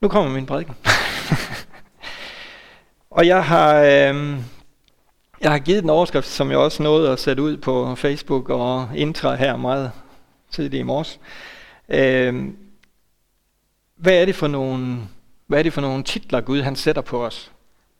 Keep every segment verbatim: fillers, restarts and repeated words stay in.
Nu kommer min prædiken. Og jeg har, øh, jeg har givet en overskrift, som jeg også nåede at sætte ud på Facebook og intra her meget tidligt i morges. Øh, hvad er det for nogle, hvad er det for nogle titler, Gud han sætter på os?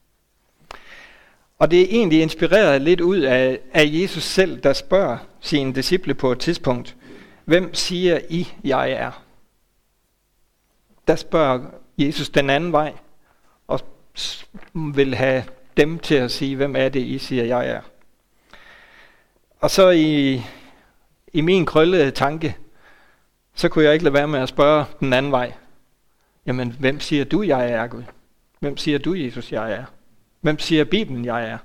Og det er egentlig inspireret lidt ud af, af Jesus selv, der spørger sine disciple på et tidspunkt, hvem siger I, jeg er? Der spørger Jesus den anden vej, og vil have dem til at sige, hvem er det, I siger, jeg er? Og så i, i min krøllede tanke, så kunne jeg ikke lade være med at spørge den anden vej. Jamen, hvem siger du, jeg er, Gud? Hvem siger du, Jesus, jeg er? Hvem siger Bibelen, jeg er?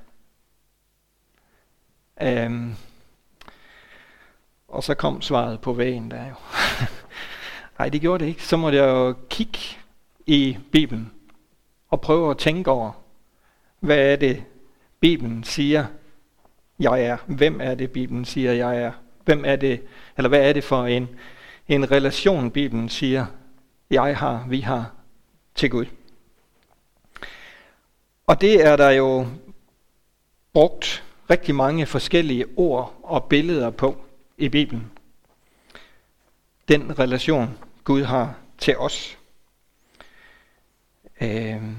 Øhm, og så kom svaret på vægen der jo. Nej, det gjorde det ikke. Så måtte jeg jo kigge i Bibelen og prøve at tænke over, hvad er det, Bibelen siger, jeg er? Hvem er det, Bibelen siger, jeg er? Hvem er det, eller hvad er det for en, en relation, Bibelen siger, jeg har, vi har til Gud? Og det er der jo brugt rigtig mange forskellige ord og billeder på i Bibelen. Den relation, Gud har til os. Øhm.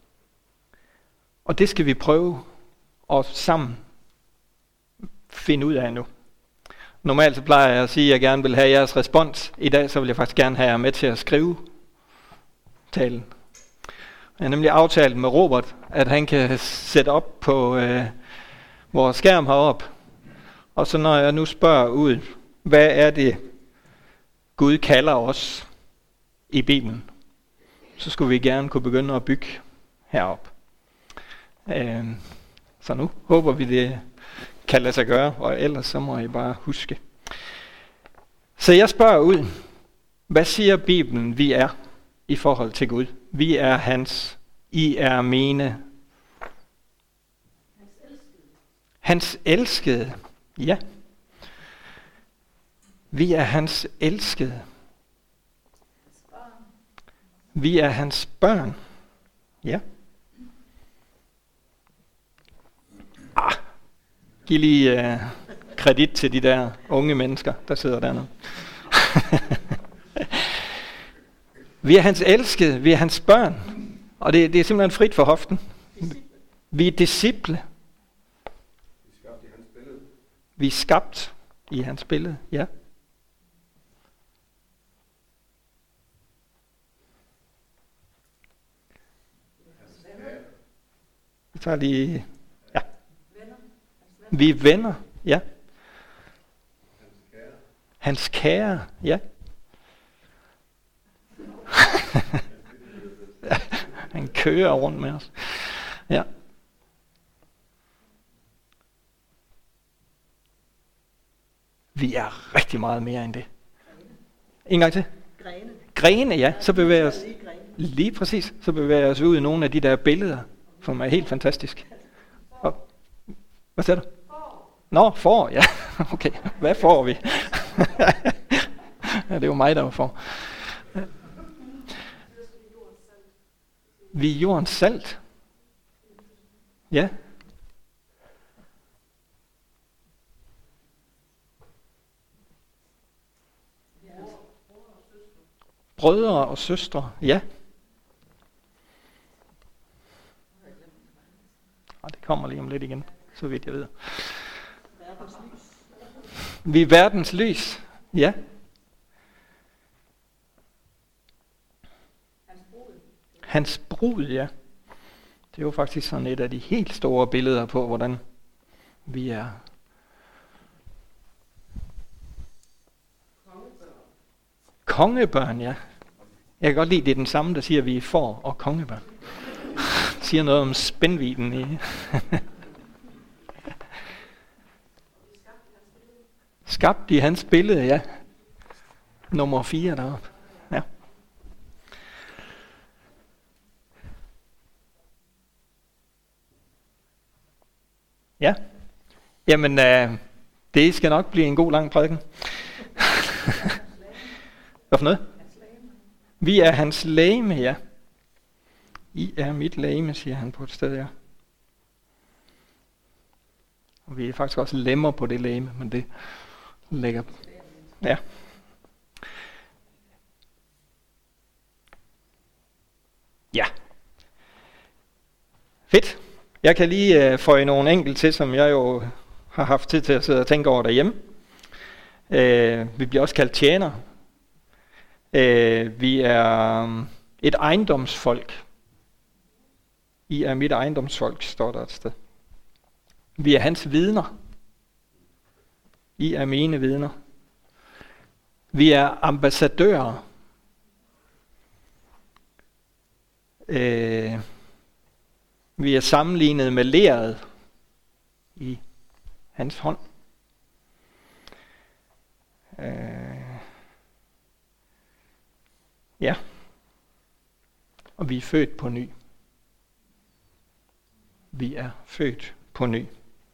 Og det skal vi prøve at sammen finde ud af nu. Normalt så plejer jeg at sige, at jeg gerne vil have jeres respons. I dag så vil jeg faktisk gerne have jer med til at skrive talen. Jeg har nemlig aftalt med Robert, at han kan sætte op på øh, vores skærm heroppe. Og så når jeg nu spørger ud, hvad er det, Gud kalder os i Bibelen, så skulle vi gerne kunne begynde at bygge herop. Øh, så nu håber vi, det kan lade sig gøre, og ellers så må I bare huske. Så jeg spørger ud, hvad siger Bibelen, vi er i forhold til Gud? Vi er hans, I er mine. Hans elskede. Hans elskede, ja. Vi er hans elskede. Vi er hans børn, ja. Ah, giv lige uh, kredit til de der unge mennesker, der sidder dernede. Vi er hans elskede, vi er hans børn. Og det, det er simpelthen frit for hoften. Vi er disciple. Vi er skabt i hans billede, ja. Vi tager lige, ja. Vi er venner, ja. Hans kære, ja. Han kører rundt med os. Ja. Vi er rigtig meget mere end det. En gang til. Grene. Grene, ja. Så bevæger os. Lige præcis. Så bevæger os ud i nogle af de der billeder, som er helt fantastisk. Og, hvad siger du? Nå, får, ja. Okay, hvad får vi? Ja, det er jo mig, der var for. Vi er jordens salt. Ja. Brødre og søstre, ja. Og det kommer lige om lidt igen, så vidt jeg ved. Vi er verdens lys, ja. Hans brud, ja. Det er jo faktisk sådan et af de helt store billeder på, hvordan vi er. Kongebørn, ja. Jeg kan godt lide, det er den samme, der siger, at vi er får og kongebørn. Det siger noget om spændvidden i. Skabt i hans billede, ja. Nummer fire deroppe. Ja. Ja. Jamen, øh, det skal nok blive en god lang prædiken. Hvad for noget? Vi er hans legeme, ja. I er mit legeme, siger han på et sted, ja. Og vi er faktisk også lemmer på det legeme, men det lægger... Ja. Ja. Fedt. Jeg kan lige uh, føje nogle enkelt til, som jeg jo har haft tid til at sidde og tænke over derhjemme. Uh, vi bliver også kaldt tjener. Uh, vi er um, et ejendomsfolk. I er mit ejendomsfolk, står der et sted. Vi er hans vidner. I er mine vidner. Vi er ambassadører. Uh, Vi er sammenlignet med leret i hans hånd. Øh. Ja. Og vi er født på ny. Vi er født på ny.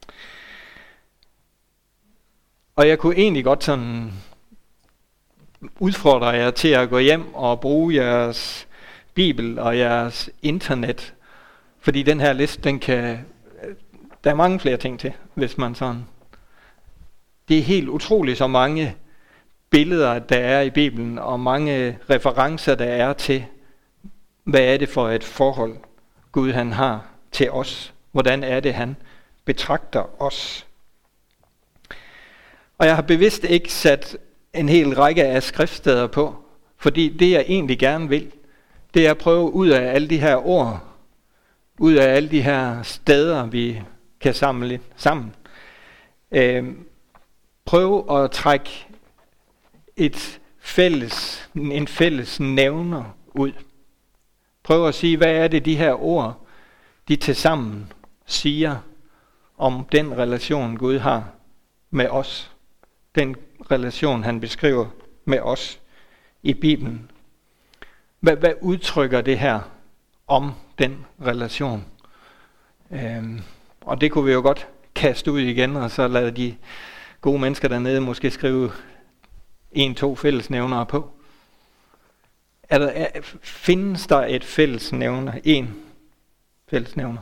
Og jeg kunne egentlig godt sådan udfordre jer til at gå hjem og bruge jeres bibel og jeres internet. Fordi den her liste, den kan, der er mange flere ting til, hvis man sådan. Det er helt utroligt så mange billeder, der er i Bibelen, og mange referencer, der er til, hvad er det for et forhold, Gud han har til os. Hvordan er det, han betragter os. Og jeg har bevidst ikke sat en hel række af skriftsteder på, fordi det jeg egentlig gerne vil, det er at prøve ud af alle de her ord, ud af alle de her steder, vi kan samle sammen. Øh, prøv at trække et fælles, en fælles nævner ud. Prøv at sige, hvad er det, de her ord, de tilsammen siger om den relation, Gud har med os. Den relation, han beskriver med os i Bibelen. Hvad, hvad udtrykker det her om den relation? Øhm, og det kunne vi jo godt kaste ud igen, og så lade de gode mennesker dernede måske skrive en, to fællesnævnere på. Er der, er, findes der et fællesnævner, en fællesnævner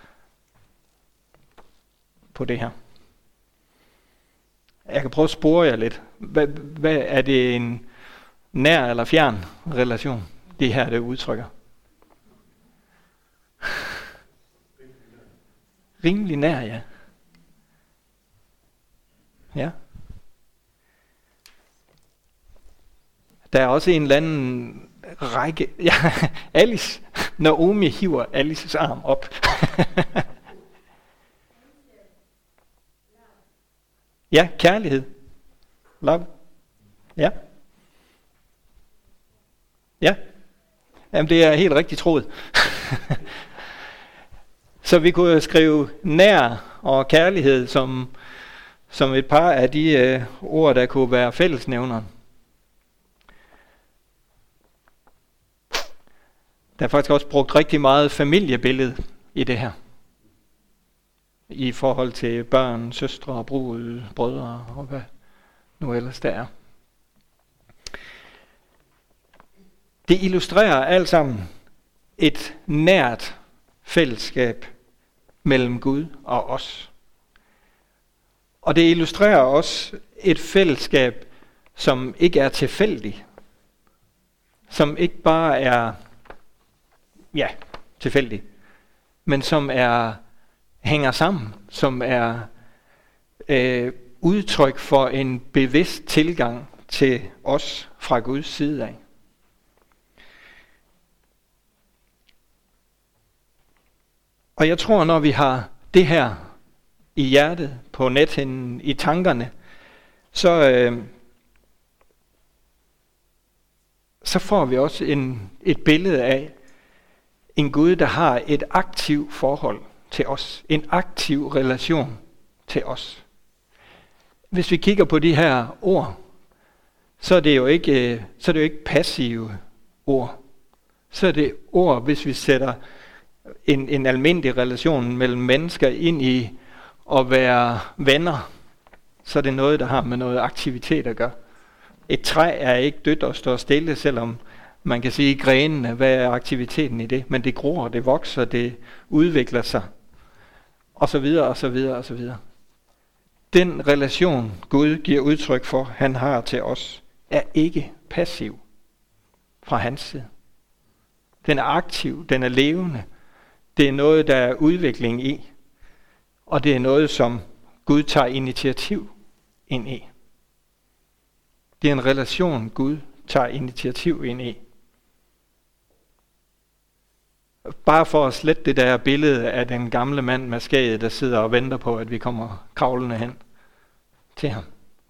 på det her? Jeg kan prøve at spore jer lidt. Hvad, hvad er det en nær eller fjern relation, det her det udtrykker? Rimelig nær, ja. Ja. Der er også en eller anden række. Ja, Alice. Naomi hiver Alices arm op. Ja, kærlighed. Love. Ja. Ja. Jamen, det er helt rigtigt troet. Så vi kunne skrive nær og kærlighed som, som et par af de øh, ord, der kunne være fællesnævneren. Der er faktisk også brugt rigtig meget familiebillede i det her. I forhold til børn, søstre, brud, brødre og hvad nu ellers der er. Det illustrerer alt sammen et nært fællesskab mellem Gud og os. Og det illustrerer også et fællesskab, som ikke er tilfældigt. Som ikke bare er, ja, tilfældigt, men som er hænger sammen, som er øh, udtryk for en bevidst tilgang til os fra Guds side af. Og jeg tror, når vi har det her i hjertet, på nethinden, i tankerne, så, øh, så får vi også en, et billede af en Gud, der har et aktivt forhold til os. En aktiv relation til os. Hvis vi kigger på de her ord, så er det jo ikke, så er det jo ikke passive ord. Så er det ord, hvis vi sætter en, en almindelig relation mellem mennesker ind i at være venner, så er det noget, der har med noget aktivitet at gøre. Et træ er ikke dødt og står stille, selvom Man kan sige grenene, hvad er aktiviteten i det? Men det gror, det vokser, det udvikler sig. Og så videre, og så videre, og så videre. Den relation, Gud giver udtryk for, han har til os, er ikke passiv fra hans side. Den er aktiv, den er levende. Det er noget, der er udvikling i. Og det er noget, som Gud tager initiativ ind i. Det er en relation, Gud tager initiativ ind i. Bare for at slette det der billede af den gamle mand med skæget, der sidder og venter på, at vi kommer kravlende hen til ham.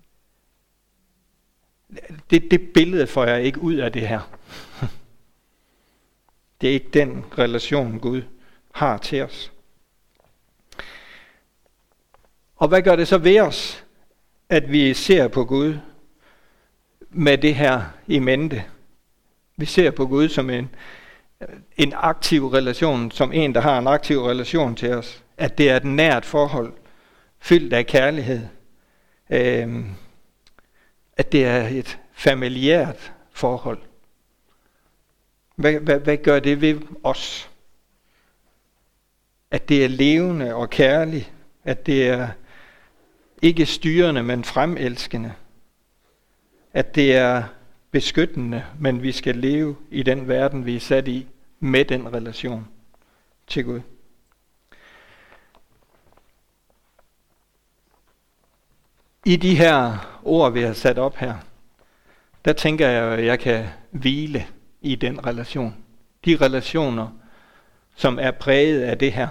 Det, det billede får jeg ikke ud af det her. Det er ikke den relation, Gud har til os. Og hvad gør det så ved os, at vi ser på Gud med det her i mente? Vi ser på Gud som en, en aktiv relation, som en, der har en aktiv relation til os. At det er et nært forhold, fyldt af kærlighed. Øhm, at det er et familiært forhold. Hvad, hvad, hvad gør det ved os? At det er levende og kærligt. At det er ikke styrende, men fremelskende. At det er beskyttende, men vi skal leve i den verden, vi er sat i, med den relation til Gud. I de her ord, vi har sat op her, der tænker jeg, at jeg kan hvile i den relation. De relationer, som er præget af det her,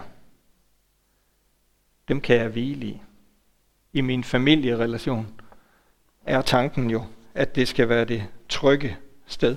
dem kan jeg hvile i. I min familierelation er tanken jo, at det skal være det trygge sted.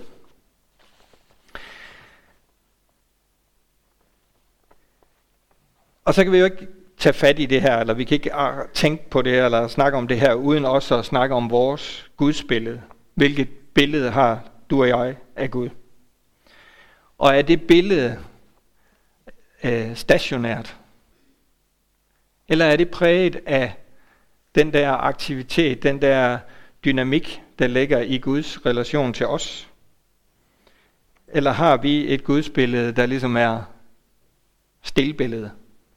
Og så kan vi jo ikke tage fat i det her, eller vi kan ikke tænke på det her, eller snakke om det her, uden også at snakke om vores gudsbillede. Hvilket billede har du og jeg af Gud? Og er det billede øh, stationært? Eller er det præget af den der aktivitet, den der dynamik, der ligger i Guds relation til os? Eller har vi et gudsbillede, der ligesom er stilbillede?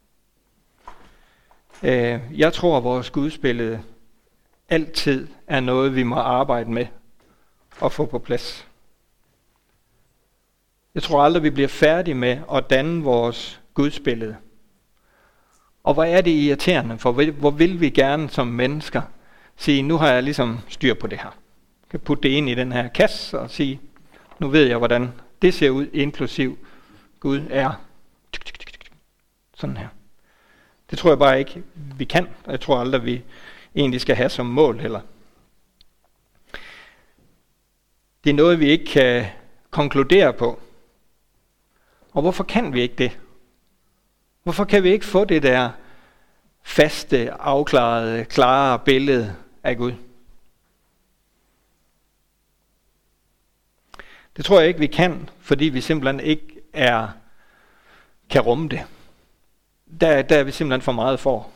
Jeg tror, at vores gudsbillede altid er noget, vi må arbejde med og få på plads. Jeg tror aldrig, vi bliver færdige med at danne vores gudsbillede. Og hvor er det irriterende, for hvor vil vi gerne som mennesker sige, nu har jeg ligesom styr på det her. Jeg kan putte det ind i den her kasse og sige, nu ved jeg, hvordan det ser ud, inklusiv Gud er. Sådan her. Det tror jeg bare ikke, vi kan, og jeg tror aldrig, vi egentlig skal have som mål heller. Det er noget, vi ikke kan konkludere på. Og hvorfor kan vi ikke det? Hvorfor kan vi ikke få det der faste, afklarede, klare billede af Gud? Det tror jeg ikke, vi kan, fordi vi simpelthen ikke er, kan rumme det. Der, der er vi simpelthen for meget for.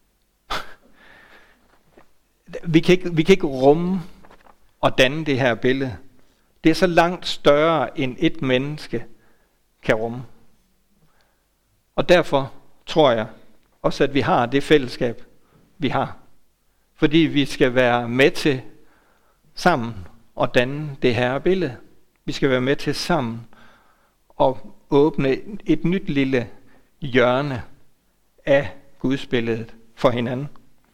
Vi kan, ikke, vi kan ikke rumme og danne det her billede. Det er så langt større, end et menneske kan rumme. Og derfor tror jeg også, at vi har det fællesskab, vi har. Fordi vi skal være med til sammen at danne det her billede. Vi skal være med til sammen at åbne et nyt lille hjørne af gudsbilledet for hinanden.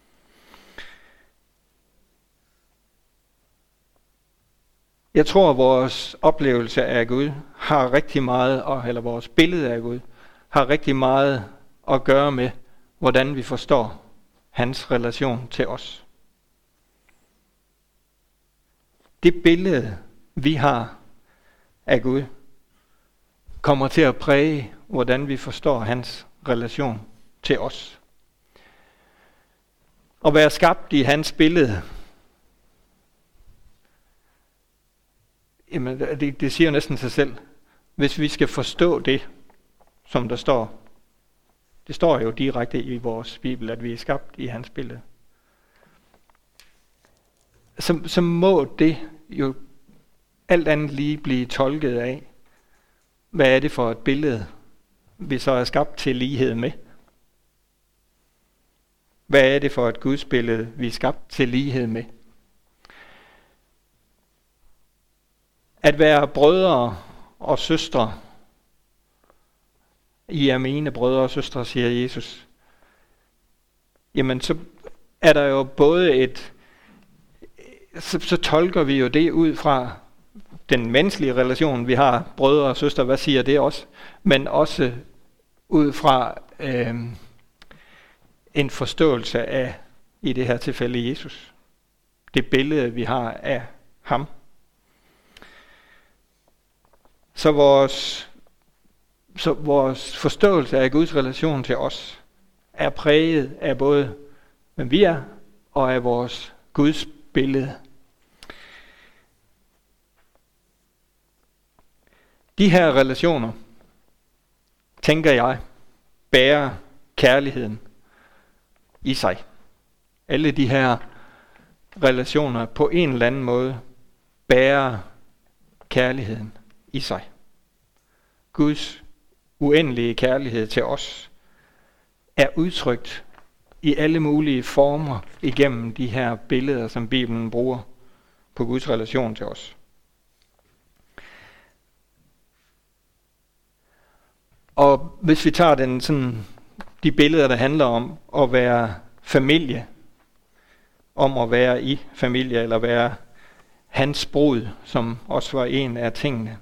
Jeg tror, at vores oplevelse af Gud har rigtig meget, eller vores billede af Gud, har rigtig meget at gøre med, hvordan vi forstår hans relation til os. Det billede, vi har af Gud, kommer til at præge, hvordan vi forstår hans relation til os. At være skabt i hans billede, jamen det, det siger jo næsten sig selv. Hvis vi skal forstå det, som der står, det står jo direkte i vores Bibel, at vi er skabt i hans billede, så, så må det jo alt andet lige blive tolket af, hvad er det for et billede, vi så er skabt til lighed med? Hvad er det for et gudsbillede, vi er skabt til lighed med? At være brødre og søstre, I er mine brødre og søstre, siger Jesus. Jamen, så er der jo både et, så, så tolker vi jo det ud fra den menneskelige relation, vi har, brødre og søstre, hvad siger det også? Men også ud fra øh, en forståelse af, i det her tilfælde, Jesus. Det billede, vi har af ham. Så vores, så vores forståelse af Guds relation til os er præget af både, hvem vi er, og af vores Guds billede. De her relationer, tænker jeg, bærer kærligheden i sig. Alle de her relationer på en eller anden måde bærer kærligheden i sig. Guds uendelige kærlighed til os er udtrykt i alle mulige former igennem de her billeder, som Bibelen bruger på Guds relation til os. Og hvis vi tager den sådan, de billeder, der handler om at være familie, om at være i familie, eller være hans brud, som også var en af tingene,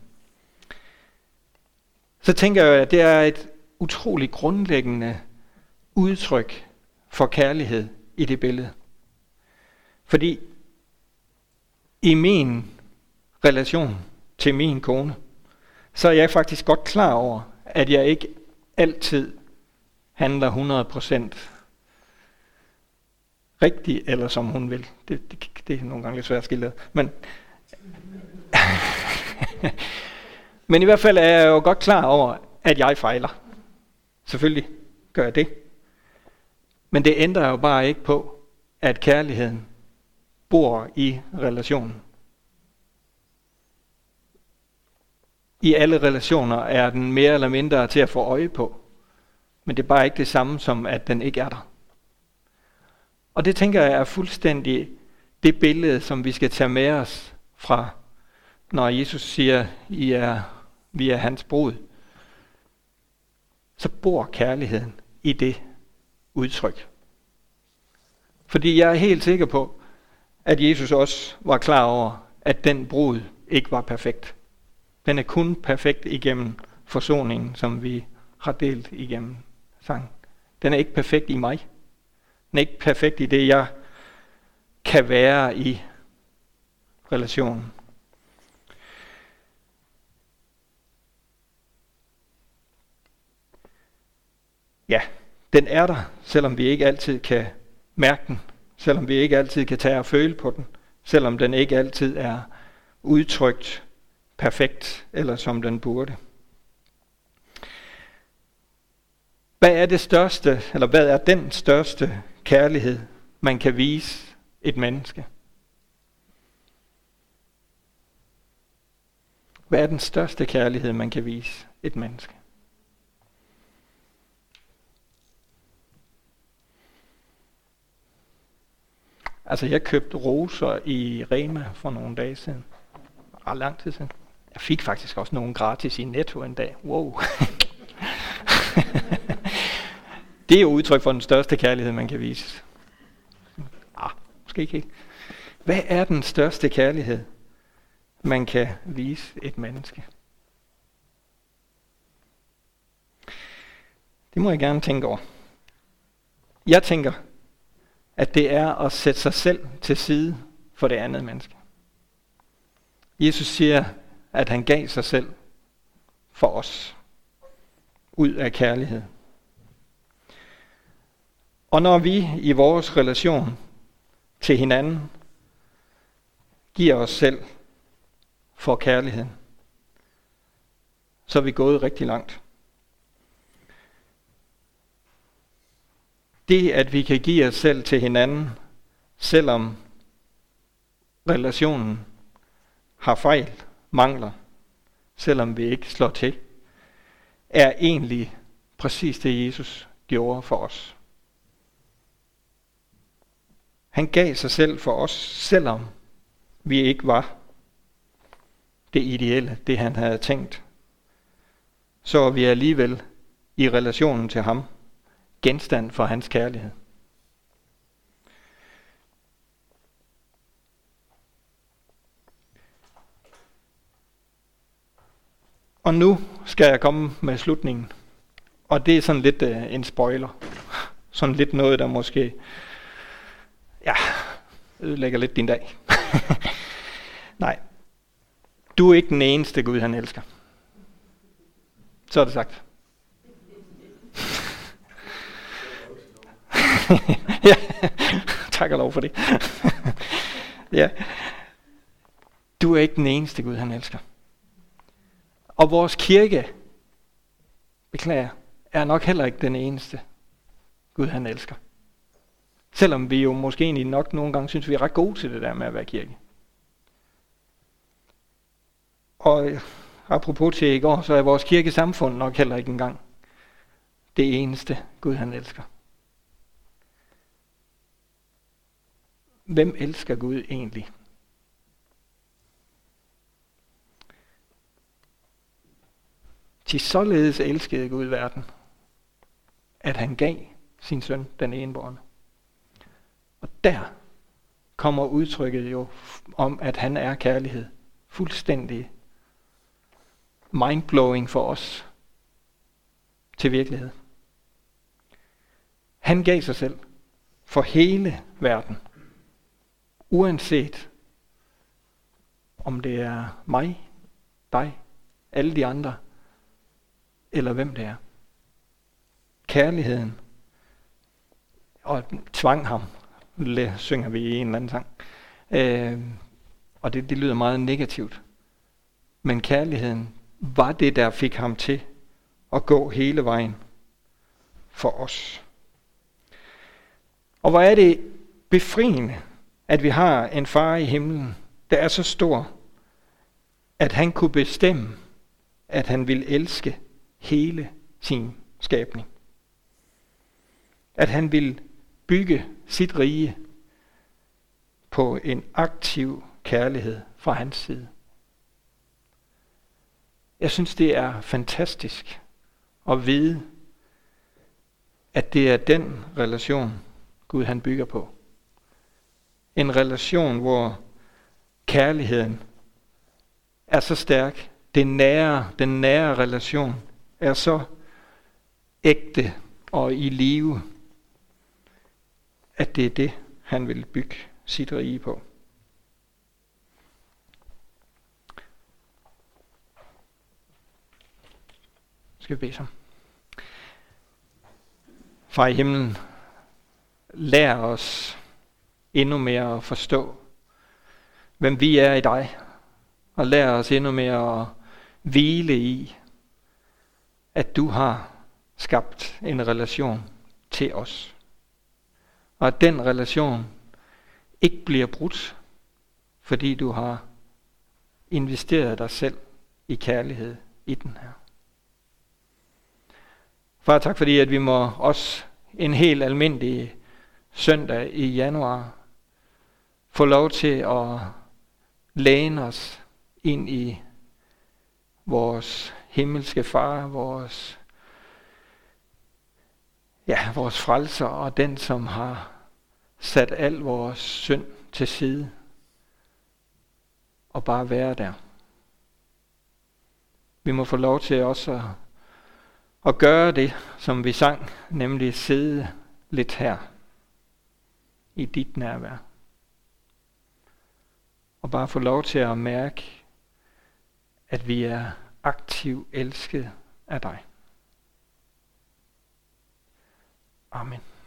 så tænker jeg, at det er et utroligt grundlæggende udtryk for kærlighed i det billede. Fordi i min relation til min kone, så er jeg faktisk godt klar over, at jeg ikke altid handler hundrede procent rigtigt, eller som hun vil. Det, det, det er nogle gange lidt svært at skille. Men, men i hvert fald er jeg jo godt klar over, at jeg fejler. Selvfølgelig gør jeg det. Men det ændrer jo bare ikke på, at kærligheden bor i relationen. I alle relationer er den mere eller mindre til at få øje på. Men det er bare ikke det samme som, at den ikke er der. Og det tænker jeg er fuldstændig det billede, som vi skal tage med os fra, når Jesus siger, I er, vi er hans brud. Så bor kærligheden i det udtryk. Fordi jeg er helt sikker på, at Jesus også var klar over, at den brud ikke var perfekt. Den er kun perfekt igennem forsoningen, som vi har delt igennem sang. Den er ikke perfekt i mig. Den er ikke perfekt i det, jeg kan være i relationen. Ja, den er der, selvom vi ikke altid kan mærke den. Selvom vi ikke altid kan tage og føle på den. Selvom den ikke altid er udtrykt perfekt, eller som den burde. Hvad er det største, eller hvad er den største kærlighed, man kan vise et menneske? Hvad er den største kærlighed, man kan vise et menneske? Altså, jeg købte roser i Rema for nogle dage siden. Ret lang tid siden. Jeg fik faktisk også nogle gratis i Netto en dag. Wow. Det er jo udtryk for den største kærlighed, man kan vise. Ah, måske ikke helt. Hvad er den største kærlighed, man kan vise et menneske? Det må jeg gerne tænke over. Jeg tænker, at det er at sætte sig selv til side for det andet menneske. Jesus siger, at han gav sig selv for os ud af kærlighed. Og når vi i vores relation til hinanden giver os selv for kærligheden, så er vi gået rigtig langt. Det, at vi kan give os selv til hinanden, selvom relationen har fejl, mangler, selvom vi ikke slår til, er egentlig præcis det, Jesus gjorde for os. Han gav sig selv for os, selvom vi ikke var det ideelle, det han havde tænkt. Så er vi alligevel i relationen til ham genstand for hans kærlighed. Og nu skal jeg komme med slutningen. Og det er sådan lidt uh, en spoiler. Sådan lidt noget, der måske ja, ødelægger lidt din dag. Nej. Du er ikke den eneste Gud, han elsker. Så er det sagt. Ja, tak og lov for det. Ja. Du er ikke den eneste Gud, han elsker. Og vores kirke, beklager, er nok heller ikke den eneste Gud, han elsker. Selvom vi jo måske egentlig nok nogle gange synes, vi er ret gode til det der med at være kirke. Og apropos til i går, så er vores kirkesamfund nok heller ikke engang det eneste Gud, han elsker. Hvem elsker Gud egentlig? Til således elskede Gud verden, at han gav sin søn, den enbårne. Og der kommer udtrykket jo om, at han er kærlighed. Fuldstændig mindblowing for os til virkelighed. Han gav sig selv for hele verden. Uanset om det er mig, dig, alle de andre, eller hvem det er. Kærligheden og tvang ham, det synger vi i en eller anden sang. Øh, og det, det lyder meget negativt. Men kærligheden var det, der fik ham til at gå hele vejen for os. Og hvor er det befriende, at vi har en far i himlen, der er så stor, at han kunne bestemme, at han ville elske hele sin skabning. At han ville bygge sit rige på en aktiv kærlighed fra hans side. Jeg synes, det er fantastisk at vide, at det er den relation, Gud han bygger på. En relation, hvor kærligheden er så stærk. Den nære, den nære relation er så ægte og i live, at det er det, han vil bygge sit rige på. Skal vi bede sammen. Far i himlen, lær os endnu mere at forstå, hvem vi er i dig, og lær os endnu mere at hvile i, at du har skabt en relation til os. Og at den relation ikke bliver brudt, fordi du har investeret dig selv i kærlighed i den her. Far, tak fordi, at vi må også en helt almindelig søndag i januar få lov til at læne os ind i vores himmelske far, vores, ja, vores frelser og den, som har sat al vores synd til side og bare være der. Vi må få lov til også at, at gøre det, som vi sang, nemlig sidde lidt her i dit nærvær. Og bare få lov til at mærke, at vi er aktivt elsket af dig. Amen.